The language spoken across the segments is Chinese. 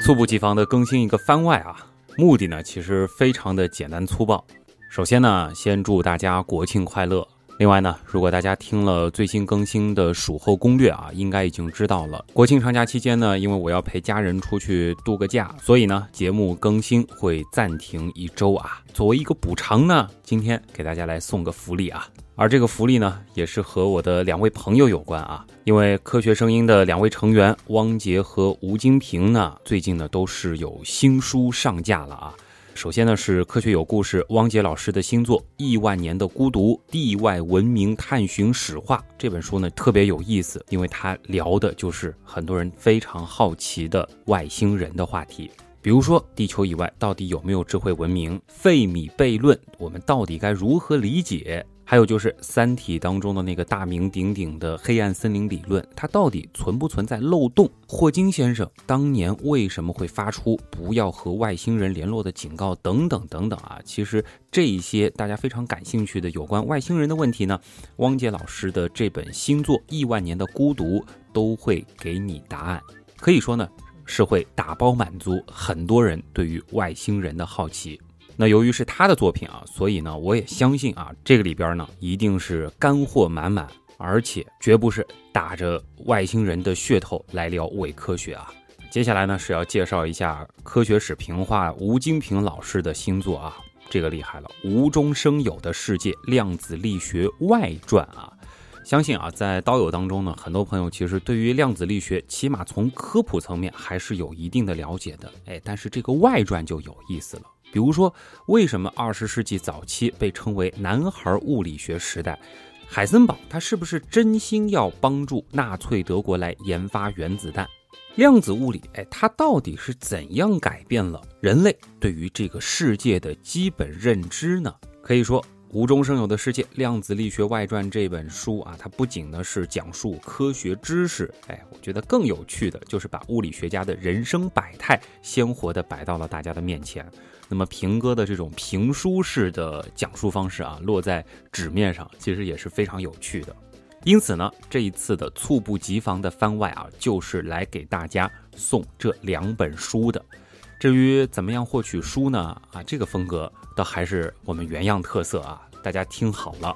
猝不及防的更新一个番外啊，目的呢其实非常的简单粗暴。首先呢，先祝大家国庆快乐。另外呢，如果大家听了最新更新的暑后攻略啊，应该已经知道了。国庆长假期间呢，因为我要陪家人出去度个假，所以呢，节目更新会暂停1周啊。作为一个补偿呢，今天给大家来送个福利啊。而这个福利呢，也是和我的2位朋友有关啊。因为科学声音的2位成员汪杰和吴金平呢，最近呢都是有新书上架了啊。首先呢是科学有故事汪杰老师的新作《亿万年的孤独：地外文明探寻史话》。这本书呢特别有意思，因为它聊的就是很多人非常好奇的外星人的话题。比如说地球以外到底有没有智慧文明，费米悖论我们到底该如何理解，还有就是三体当中的那个大名鼎鼎的黑暗森林理论，它到底存不存在漏洞，霍金先生当年为什么会发出不要和外星人联络的警告等等等等啊。其实这一些大家非常感兴趣的有关外星人的问题呢，汪杰老师的这本新作《亿万年的孤独》都会给你答案。可以说呢是会打包满足很多人对于外星人的好奇。那由于是他的作品啊，所以呢我也相信啊，这个里边呢一定是干货满满，而且绝不是打着外星人的噱头来聊伪科学啊。接下来呢是要介绍一下科学史评话吴金平老师的新作啊，这个厉害了，无中生有的世界量子力学外传啊。相信啊，在刀友当中呢，很多朋友其实对于量子力学起码从科普层面还是有一定的了解的，但是这个外传就有意思了。比如说，为什么20世纪早期被称为男孩物理学时代？海森堡他是不是真心要帮助纳粹德国来研发原子弹？量子物理，它到底是怎样改变了人类对于这个世界的基本认知呢？可以说，无中生有的世界量子力学外传这本书啊，它不仅呢是讲述科学知识，我觉得更有趣的就是把物理学家的人生百态鲜活的摆到了大家的面前。那么平哥的这种评书式的讲述方式啊，落在纸面上其实也是非常有趣的。因此呢，这一次的猝不及防的番外啊，就是来给大家送这2本书的。至于怎么样获取书呢？这个风格倒还是我们原样特色啊，大家听好了。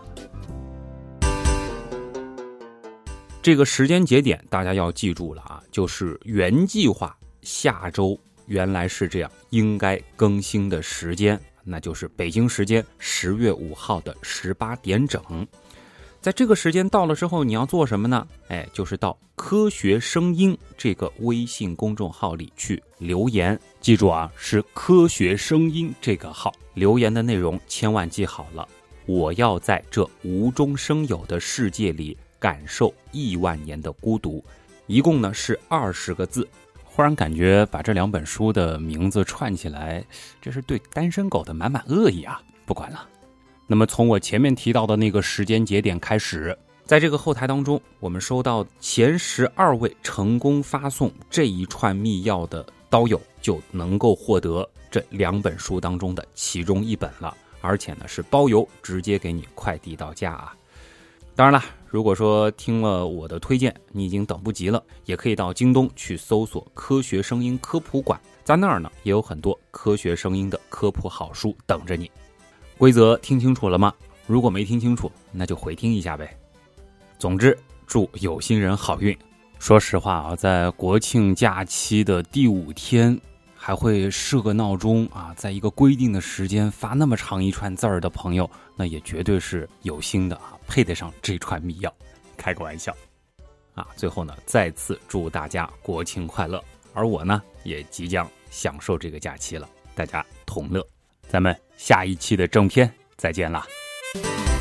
这个时间节点大家要记住了啊，就是原计划下周原来是这样应该更新的时间，那就是北京时间10月5号的18点整。在这个时间到了之后，你要做什么呢？就是到科学声音这个微信公众号里去留言。记住啊，是科学声音这个号，留言的内容千万记好了。我要在这无中生有的世界里感受亿万年的孤独，一共呢是20个字。忽然感觉把这2本书的名字串起来，这是对单身狗的满满恶意啊！不管了。那么从我前面提到的那个时间节点开始，在这个后台当中，我们收到前12位成功发送这一串密钥的刀友，就能够获得这2本书当中的其中1本了，而且呢是包邮，直接给你快递到家啊。当然了，如果说听了我的推荐你已经等不及了，也可以到京东去搜索科学声音科普馆，在那儿呢也有很多科学声音的科普好书等着你。规则听清楚了吗？如果没听清楚，那就回听一下呗。总之，祝有心人好运。说实话啊，在国庆假期的第5天，还会设个闹钟啊，在一个规定的时间发那么长一串字儿的朋友，那也绝对是有心的啊，配得上这串密钥。开个玩笑啊！最后呢，再次祝大家国庆快乐，而我呢，也即将享受这个假期了，大家同乐。咱们下一期的正片再见啦。